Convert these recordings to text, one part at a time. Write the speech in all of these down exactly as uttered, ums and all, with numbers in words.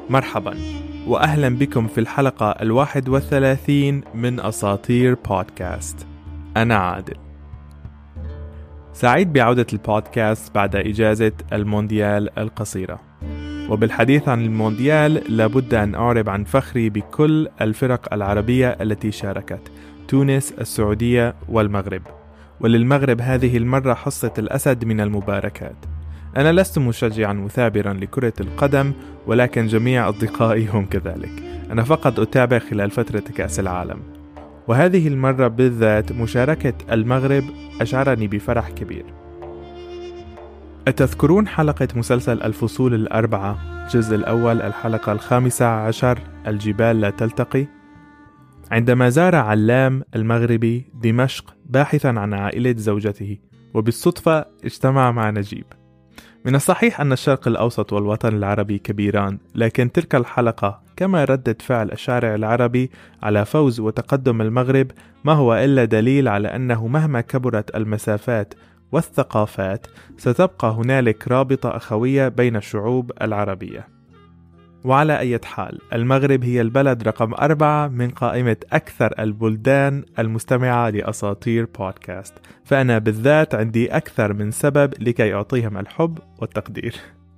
مرحبا وأهلا بكم في الحلقة الواحد والثلاثين من أساطير بودكاست. أنا عادل، سعيد بعودة البودكاست بعد إجازة المونديال القصيرة. وبالحديث عن المونديال لابد أن أعرب عن فخري بكل الفرق العربية التي شاركت: تونس، السعودية والمغرب. وللمغرب هذه المرة حصة الأسد من المباركات. أنا لست مشجعا مثابرا لكرة القدم، ولكن جميع أصدقائي هم كذلك. أنا فقط أتابع خلال فترة كأس العالم، وهذه المرة بالذات مشاركة المغرب أشعرني بفرح كبير. أتذكرون حلقة مسلسل الفصول الأربعة الجزء الأول الحلقة الخامسة عشر الجبال لا تلتقي؟ عندما زار علام المغربي دمشق باحثا عن عائلة زوجته، وبالصدفة اجتمع مع نجيب. من الصحيح أن الشرق الأوسط والوطن العربي كبيران، لكن تلك الحلقة كما ردة فعل الشارع العربي على فوز وتقدم المغرب ما هو إلا دليل على أنه مهما كبرت المسافات والثقافات ستبقى هنالك رابطة أخوية بين الشعوب العربية. وعلى أي حال، المغرب هي البلد رقم أربعة من قائمة أكثر البلدان المستمعة لأساطير بودكاست، فأنا بالذات عندي أكثر من سبب لكي أعطيهم الحب والتقدير.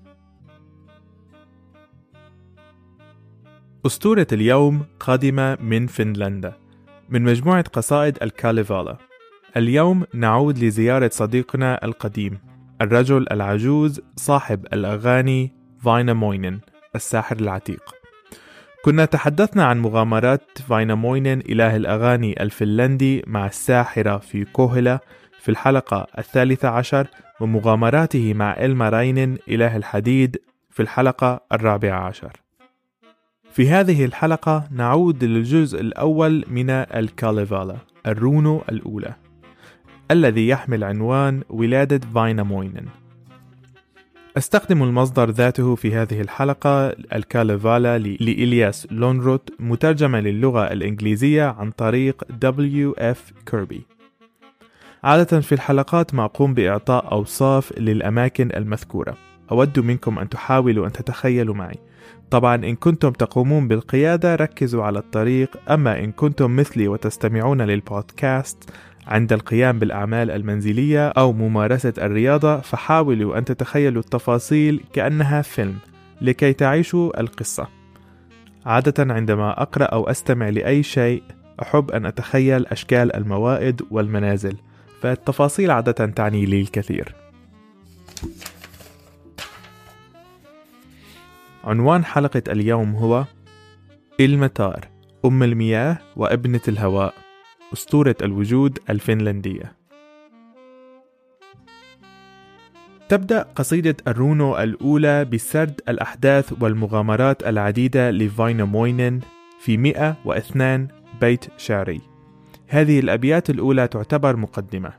أسطورة اليوم قادمة من فنلندا من مجموعة قصائد الكاليفالا. اليوم نعود لزيارة صديقنا القديم، الرجل العجوز صاحب الأغاني فايناموينن، الساحر العتيق. كنا تحدثنا عن مغامرات فايناموينن إله الأغاني الفنلندي مع الساحرة في كوهلة في الحلقة الثالثة عشر، ومغامراته مع إلماراينن إله الحديد في الحلقة الرابعة عشر. في هذه الحلقة نعود للجزء الأول من الكاليفالا، الرونو الأولى، الذي يحمل عنوان ولادة فايناموينن. أستخدم المصدر ذاته في هذه الحلقة الكاليفالا لإلياس لونروت، مترجمة للغة الإنجليزية عن طريق دبليو إف كيربي. عادة في الحلقات ما أقوم بإعطاء أوصاف للأماكن المذكورة. أود منكم أن تحاولوا أن تتخيلوا معي. طبعا إن كنتم تقومون بالقيادة ركزوا على الطريق، أما إن كنتم مثلي وتستمعون للبودكاست عند القيام بالأعمال المنزلية أو ممارسة الرياضة فحاولوا أن تتخيلوا التفاصيل كأنها فيلم لكي تعيشوا القصة. عادة عندما أقرأ أو أستمع لأي شيء أحب أن أتخيل أشكال الموائد والمنازل، فالتفاصيل عادة تعني لي الكثير. عنوان حلقة اليوم هو المتار، أم المياه وابنة الهواء، أسطورة الوجود الفنلندية. تبدأ قصيدة الرونو الأولى بسرد الأحداث والمغامرات العديدة لفايناموينن في مئة واثنين بيت شعري. هذه الأبيات الأولى تعتبر مقدمة.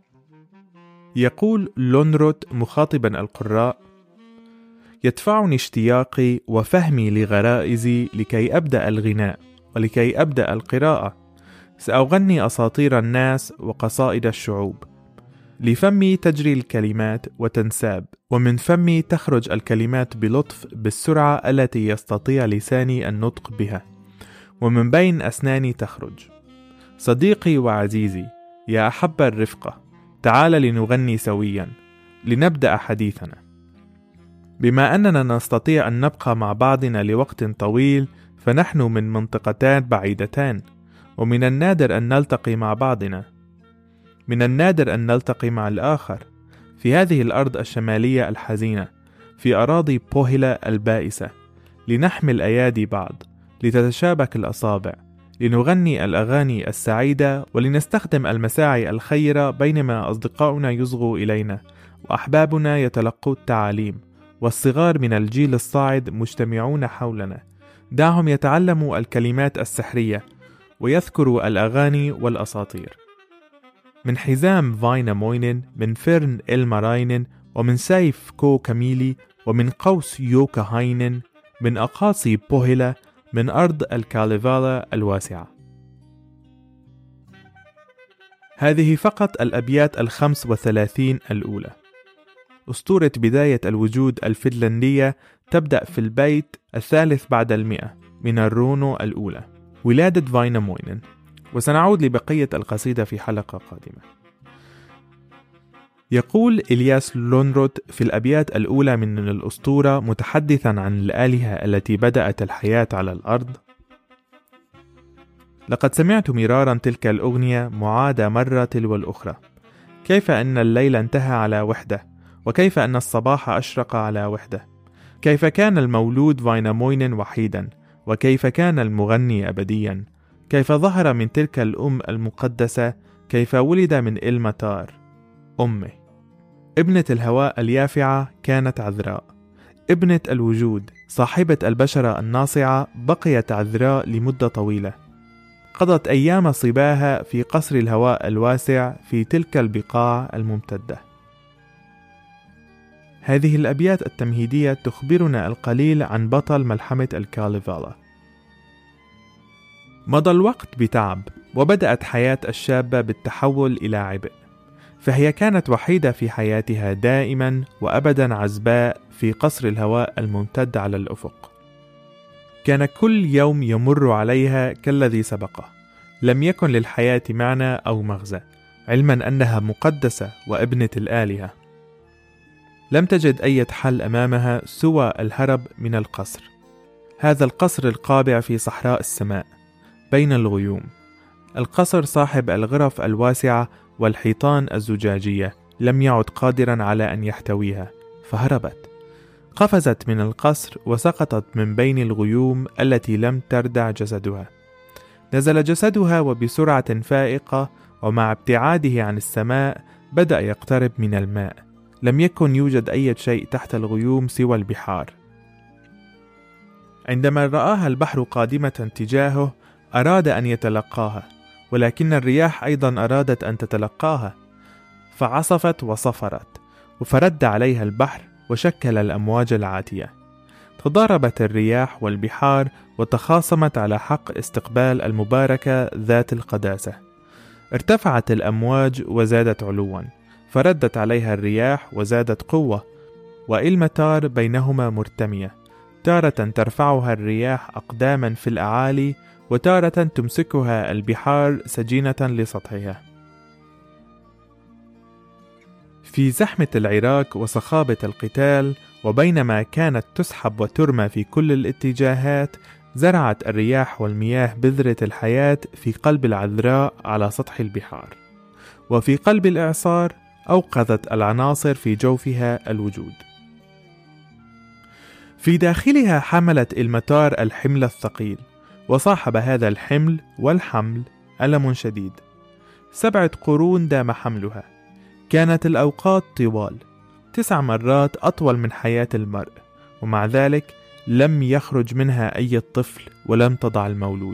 يقول لونروت مخاطبا القراء: يدفعني اشتياقي وفهمي لغرائزي لكي أبدأ الغناء ولكي أبدأ القراءة. سأغني أساطير الناس وقصائد الشعوب. لفمي تجري الكلمات وتنساب، ومن فمي تخرج الكلمات بلطف بالسرعة التي يستطيع لساني النطق بها، ومن بين أسناني تخرج. صديقي وعزيزي، يا أحب الرفقة، تعال لنغني سويا، لنبدأ حديثنا. بما أننا نستطيع أن نبقى مع بعضنا لوقت طويل، فنحن من منطقتان بعيدتان، ومن النادر أن نلتقي مع بعضنا. من النادر أن نلتقي مع الآخر في هذه الأرض الشمالية الحزينة، في أراضي بوهلة البائسة، لنحمل أيادي بعض، لتتشابك الأصابع، لنغني الأغاني السعيدة، ولنستخدم المساعي الخيرة بينما أصدقاؤنا يصغوا إلينا، وأحبابنا يتلقوا التعاليم، والصغار من الجيل الصاعد مجتمعون حولنا. دعهم يتعلموا الكلمات السحرية ويذكروا الأغاني والأساطير. من حزام فايناموينن، من فرن إلماراينن، ومن سيف كو كاميلي، ومن قوس يوكاهاينن، من أقاصي بوهلة، من أرض الكاليفالا الواسعة. هذه فقط الأبيات الخمس وثلاثين الأولى. أسطورة بداية الوجود الفنلندية تبدأ في البيت الثالث بعد المئة من الرونو الأولى، ولادة فايناموينن. وسنعود لبقية القصيدة في حلقة قادمة. يقول إلياس لونروت في الأبيات الأولى من الأسطورة متحدثا عن الآلهة التي بدأت الحياة على الأرض: لقد سمعت مرارا تلك الأغنية معادة مرة تلو الأخرى، كيف أن الليل انتهى على وحدة، وكيف أن الصباح أشرق على وحدة، كيف كان المولود فايناموينن وحيدا، وكيف كان المغني أبديا، كيف ظهر من تلك الأم المقدسة، كيف ولد من إلماتار أمه. ابنة الهواء اليافعة كانت عذراء، ابنة الوجود صاحبة البشرة الناصعة بقيت عذراء لمدة طويلة، قضت أيام صباها في قصر الهواء الواسع في تلك البقاع الممتدة. هذه الأبيات التمهيدية تخبرنا القليل عن بطل ملحمة الكاليفالا. مضى الوقت بتعب، وبدأت حياة الشابة بالتحول إلى عبء، فهي كانت وحيدة في حياتها دائما وأبدا عزباء في قصر الهواء الممتد على الأفق. كان كل يوم يمر عليها كالذي سبقه، لم يكن للحياة معنى أو مغزى، علما أنها مقدسة وابنة الآلهة. لم تجد أي حل أمامها سوى الهرب من القصر، هذا القصر القابع في صحراء السماء بين الغيوم، القصر صاحب الغرف الواسعة والحيطان الزجاجية لم يعد قادرا على أن يحتويها، فهربت، قفزت من القصر وسقطت من بين الغيوم التي لم تردع جسدها. نزل جسدها وبسرعة فائقة، ومع ابتعاده عن السماء بدأ يقترب من الماء. لم يكن يوجد أي شيء تحت الغيوم سوى البحار. عندما رآها البحر قادمة تجاهه أراد أن يتلقاها، ولكن الرياح أيضا أرادت أن تتلقاها، فعصفت وصفرت، وفرد عليها البحر وشكل الأمواج العاتية. تضاربت الرياح والبحار وتخاصمت على حق استقبال المباركة ذات القداسة. ارتفعت الأمواج وزادت علوا، فردت عليها الرياح وزادت قوة، وإلماتار بينهما مرتمية، تارة ترفعها الرياح أقداما في الأعالي، وتارة تمسكها البحار سجينة لسطحها. في زحمة العراك وصخابة القتال، وبينما كانت تسحب وترمى في كل الاتجاهات، زرعت الرياح والمياه بذرة الحياة في قلب العذراء على سطح البحار، وفي قلب الإعصار أوقظت العناصر في جوفها الوجود. في داخلها حملت إلماتار الحمل الثقيل، وصاحب هذا الحمل والحمل ألم شديد. سبعة قرون دام حملها، كانت الأوقات طوال، تسع مرات أطول من حياة المرء، ومع ذلك لم يخرج منها أي طفل ولم تضع المولود.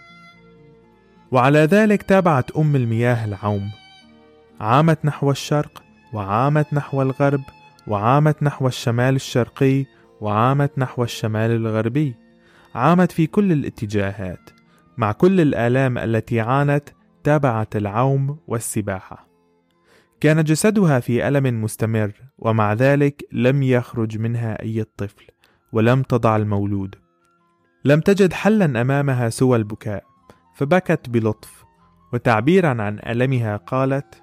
وعلى ذلك تابعت أم المياه العوم، عامت نحو الشرق، وعامت نحو الغرب، وعامت نحو الشمال الشرقي، وعامت نحو الشمال الغربي، عامت في كل الاتجاهات. مع كل الآلام التي عانت تابعت العوم والسباحة. كان جسدها في ألم مستمر، ومع ذلك لم يخرج منها أي طفل، ولم تضع المولود. لم تجد حلا أمامها سوى البكاء، فبكت بلطف، وتعبيرا عن ألمها قالت: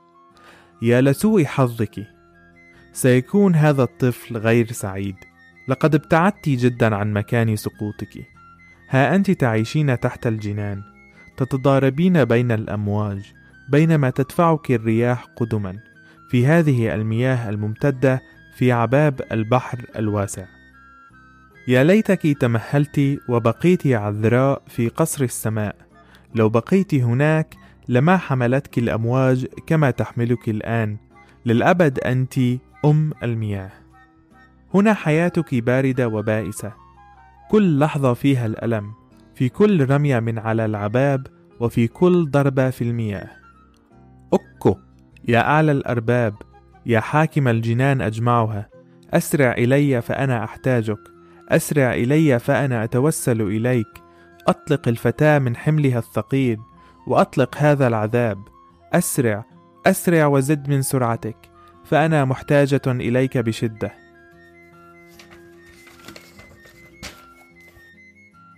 يا لسوء حظك، سيكون هذا الطفل غير سعيد، لقد ابتعدت جدا عن مكان سقوطك. ها أنت تعيشين تحت الجنان، تتضاربين بين الأمواج، بينما تدفعك الرياح قدما في هذه المياه الممتدة في عباب البحر الواسع. يا ليتك تمهلت وبقيت عذراء في قصر السماء. لو بقيت هناك لما حملتك الأمواج كما تحملك الآن، للأبد أنت أم المياه. هنا حياتك باردة وبائسة، كل لحظة فيها الألم، في كل رمية من على العباب، وفي كل ضربة في المياه. أكو يا أعلى الأرباب، يا حاكم الجنان أجمعها، أسرع إلي فأنا أحتاجك، أسرع إلي فأنا أتوسل إليك. أطلق الفتاة من حملها الثقيل، وأطلق هذا العذاب. أسرع أسرع وزد من سرعتك، فأنا محتاجة إليك بشدة.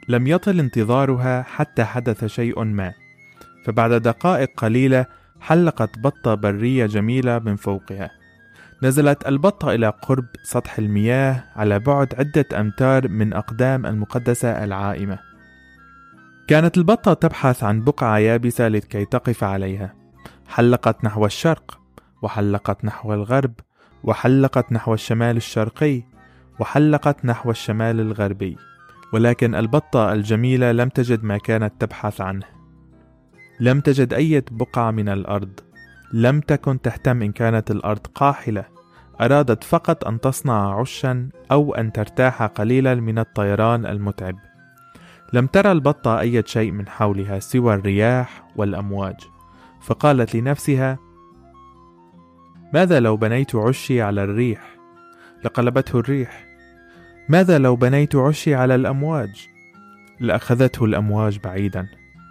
لم يطل انتظارها حتى حدث شيء ما، فبعد دقائق قليلة حلقت بطة برية جميلة من فوقها. نزلت البطة إلى قرب سطح المياه على بعد عدة أمتار من أقدام المقدسة العائمة. كانت البطة تبحث عن بقعة يابسة لكي تقف عليها. حلقت نحو الشرق، وحلقت نحو الغرب، وحلقت نحو الشمال الشرقي، وحلقت نحو الشمال الغربي، ولكن البطة الجميلة لم تجد ما كانت تبحث عنه. لم تجد أي بقعة من الأرض. لم تكن تهتم إن كانت الأرض قاحلة. أرادت فقط أن تصنع عشا أو أن ترتاح قليلا من الطيران المتعب. لم ترى البطة أي شيء من حولها سوى الرياح والأمواج، فقالت لنفسها: ماذا لو بنيت عشي على الريح؟ لقلبته الريح. ماذا لو بنيت عشي على الأمواج؟ لأخذته الأمواج بعيدا.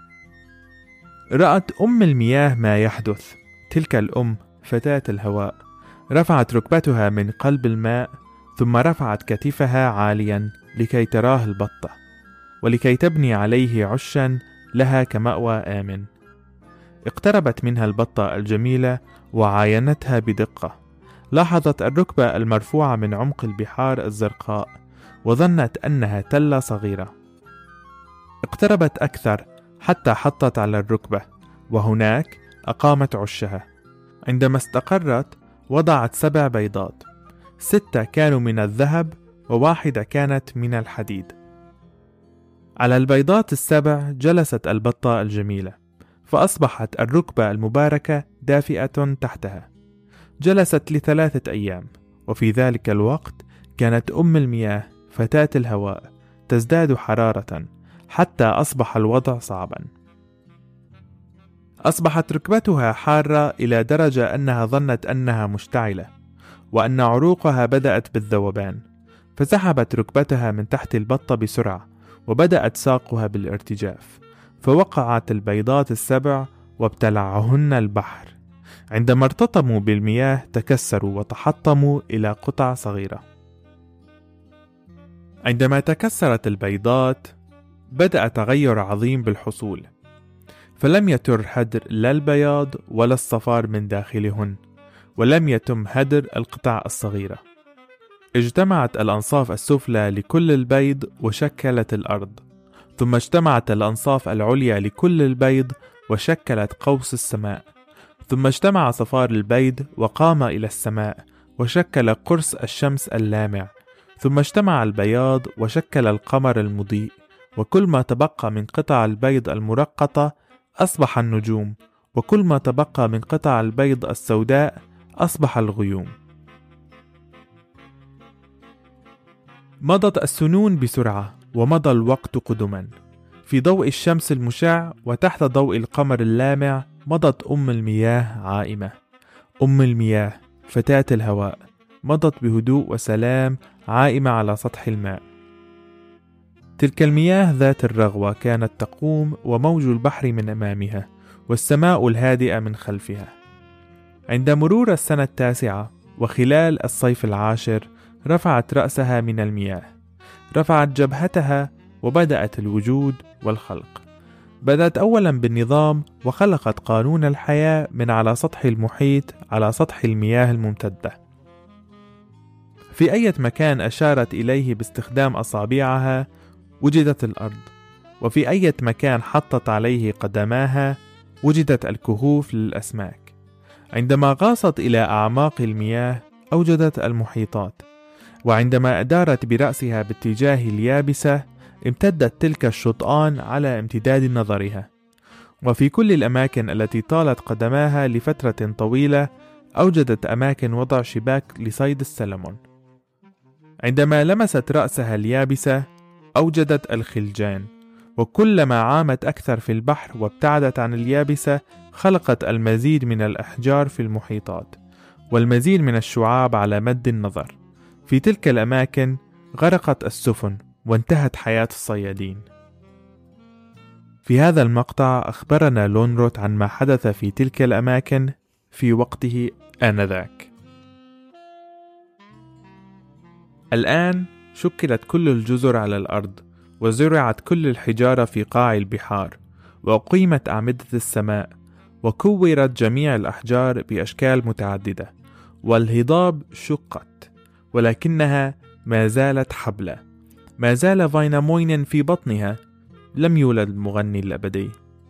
رأت أم المياه ما يحدث. تلك الأم فتاة الهواء رفعت ركبتها من قلب الماء، ثم رفعت كتفها عاليا لكي تراه البطة، ولكي تبني عليه عشا لها كمأوى آمن. اقتربت منها البطة الجميلة وعاينتها بدقة. لاحظت الركبة المرفوعة من عمق البحار الزرقاء، وظنت أنها تلة صغيرة. اقتربت أكثر حتى حطت على الركبة، وهناك أقامت عشها. عندما استقرت وضعت سبع بيضات، ستة كانوا من الذهب وواحدة كانت من الحديد. على البيضات السبع جلست البطة الجميلة، فأصبحت الركبة المباركة دافئة تحتها. جلست لثلاثة أيام، وفي ذلك الوقت كانت أم المياه فتاة الهواء تزداد حرارة حتى أصبح الوضع صعبا. أصبحت ركبتها حارة إلى درجة أنها ظنت أنها مشتعلة، وأن عروقها بدأت بالذوبان، فسحبت ركبتها من تحت البطة بسرعة، وبدأت ساقها بالارتجاف، فوقعت البيضات السبع وابتلعهن البحر. عندما ارتطموا بالمياه تكسروا وتحطموا إلى قطع صغيرة. عندما تكسرت البيضات بدأ تغير عظيم بالحصول، فلم يتر هدر لا البياض ولا الصفار من داخلهن، ولم يتم هدر القطع الصغيرة. اجتمعت الأنصاف السفلى لكل البيض وشكلت الأرض، ثم اجتمعت الأنصاف العليا لكل البيض وشكلت قوس السماء، ثم اجتمع صفار البيض وقام إلى السماء وشكل قرص الشمس اللامع، ثم اجتمع البياض وشكل القمر المضيء، وكل ما تبقى من قطع البيض المرقطة أصبح النجوم، وكل ما تبقى من قطع البيض السوداء أصبح الغيوم. مضت السنون بسرعة، ومضى الوقت قدما. في ضوء الشمس المشع وتحت ضوء القمر اللامع مضت أم المياه عائمة. أم المياه فتاة الهواء مضت بهدوء وسلام عائمة على سطح الماء. تلك المياه ذات الرغوة كانت تقوم، وموج البحر من أمامها، والسماء الهادئة من خلفها. عند مرور السنة التاسعة وخلال الصيف العاشر رفعت رأسها من المياه، رفعت جبهتها، وبدأت الوجود والخلق. بدأت أولا بالنظام، وخلقت قانون الحياة من على سطح المحيط على سطح المياه الممتدة. في أي مكان أشارت إليه باستخدام أصابعها وجدت الأرض، وفي أي مكان حطت عليه قدماها وجدت الكهوف للأسماك. عندما غاصت إلى أعماق المياه أوجدت المحيطات، وعندما أدارت برأسها باتجاه اليابسة امتدت تلك الشطآن على امتداد نظرها. وفي كل الأماكن التي طالت قدماها لفترة طويلة أوجدت أماكن وضع شباك لصيد السلمون. عندما لمست رأسها اليابسة أوجدت الخلجان، وكلما عامت أكثر في البحر وابتعدت عن اليابسة خلقت المزيد من الأحجار في المحيطات، والمزيد من الشعاب على مد النظر. في تلك الأماكن غرقت السفن وانتهت حياة الصيادين. في هذا المقطع أخبرنا لونروت عن ما حدث في تلك الأماكن في وقته آنذاك. الآن شكلت كل الجزر على الأرض، وزرعت كل الحجارة في قاع البحار، وأقيمت أعمدة السماء، وكورت جميع الأحجار بأشكال متعددة، والهضاب شقت، ولكنها ما زالت حبلى، ما زال فايناموينن في بطنها، لم يولد المغني الأبدي.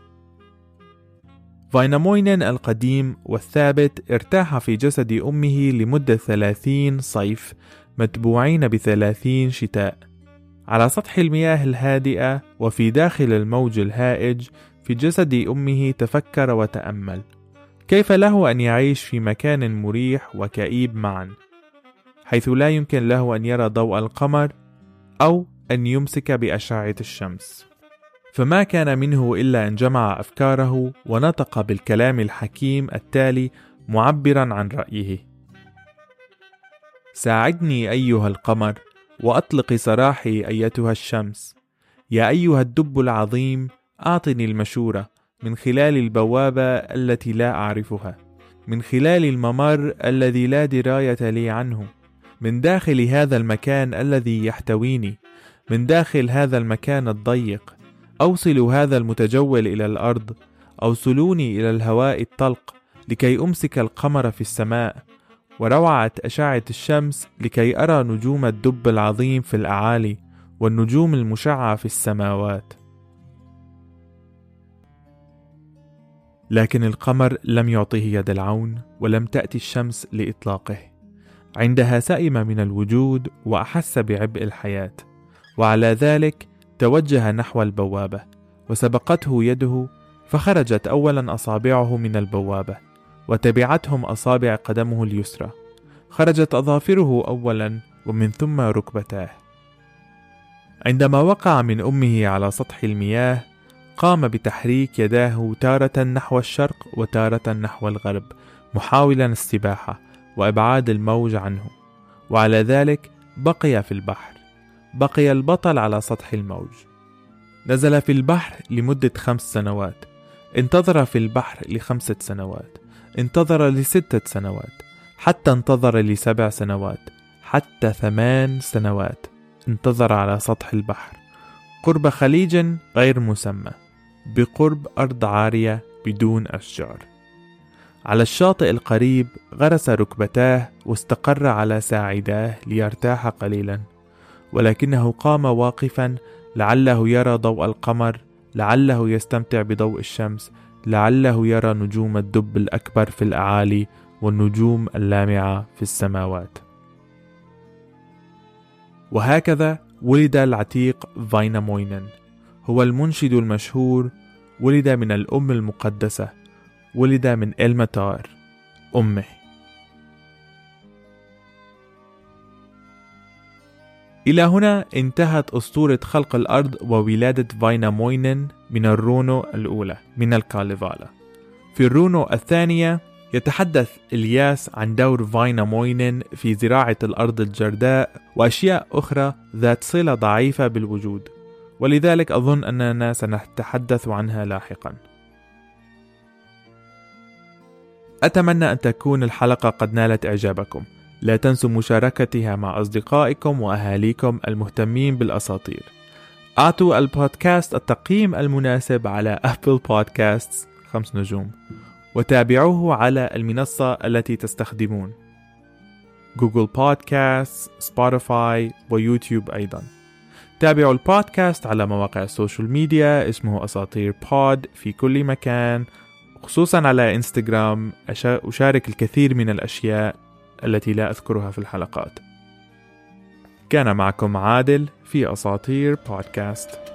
فايناموينن القديم والثابت ارتاح في جسد أمه لمدة ثلاثين صيف متبوعين بثلاثين شتاء، على سطح المياه الهادئة وفي داخل الموج الهائج في جسد أمه. تفكر وتأمل كيف له أن يعيش في مكان مريح وكئيب معا، حيث لا يمكن له أن يرى ضوء القمر أو أن يمسك بأشعة الشمس. فما كان منه إلا أن جمع أفكاره ونطق بالكلام الحكيم التالي معبرا عن رأيه: ساعدني أيها القمر، وأطلق سراحي أيتها الشمس. يا أيها الدب العظيم، أعطني المشورة من خلال البوابة التي لا أعرفها، من خلال الممر الذي لا دراية لي عنه، من داخل هذا المكان الذي يحتويني، من داخل هذا المكان الضيق. أوصلوا هذا المتجول إلى الأرض، أوصلوني إلى الهواء الطلق لكي أمسك القمر في السماء، وروعة أشعة الشمس لكي أرى نجوم الدب العظيم في الأعالي والنجوم المشعة في السماوات. لكن القمر لم يعطه يد العون، ولم تأتي الشمس لإطلاقه. عندها سئم من الوجود وأحس بعبء الحياة، وعلى ذلك توجه نحو البوابة، وسبقته يده، فخرجت أولا أصابعه من البوابة، وتبعتهم أصابع قدمه اليسرى. خرجت أظافره أولا، ومن ثم ركبتاه. عندما وقع من أمه على سطح المياه، قام بتحريك يداه تارة نحو الشرق وتارة نحو الغرب، محاولا السباحة وإبعاد الموج عنه، وعلى ذلك بقي في البحر. بقي البطل على سطح الموج. نزل في البحر لمدة خمس سنوات، انتظر في البحر لخمسة سنوات، انتظر لستة سنوات، حتى انتظر لسبع سنوات، حتى ثمان سنوات. انتظر على سطح البحر قرب خليج غير مسمى، بقرب أرض عارية بدون أشجار. على الشاطئ القريب غرس ركبتاه واستقر على ساعداه ليرتاح قليلا، ولكنه قام واقفا، لعله يرى ضوء القمر، لعله يستمتع بضوء الشمس، لعله يرى نجوم الدب الأكبر في الأعالي والنجوم اللامعة في السماوات. وهكذا ولد العتيق فايناموينن، هو المنشد المشهور. ولد من الأم المقدسة، ولد من إلماتار أمه. إلى هنا انتهت أسطورة خلق الأرض وولادة فايناموينن من الرونو الأولى، من الكاليفالا. في الرونو الثانية يتحدث إلياس عن دور فايناموينن في زراعة الأرض الجرداء وأشياء أخرى ذات صلة ضعيفة بالوجود، ولذلك أظن أننا سنتحدث عنها لاحقا. أتمنى أن تكون الحلقة قد نالت إعجابكم. لا تنسوا مشاركتها مع أصدقائكم وأهاليكم المهتمين بالأساطير. أعطوا البودكاست التقييم المناسب على أبل بودكاستس خمس نجوم، وتابعوه على المنصة التي تستخدمون: جوجل بودكاست، سبوتيفاي، ويوتيوب أيضا. تابعوا البودكاست على مواقع السوشيال ميديا، اسمه أساطير بود في كل مكان، خصوصا على إنستغرام. أشارك الكثير من الأشياء التي لا أذكرها في الحلقات. كان معكم عادل في أساطير بودكاست.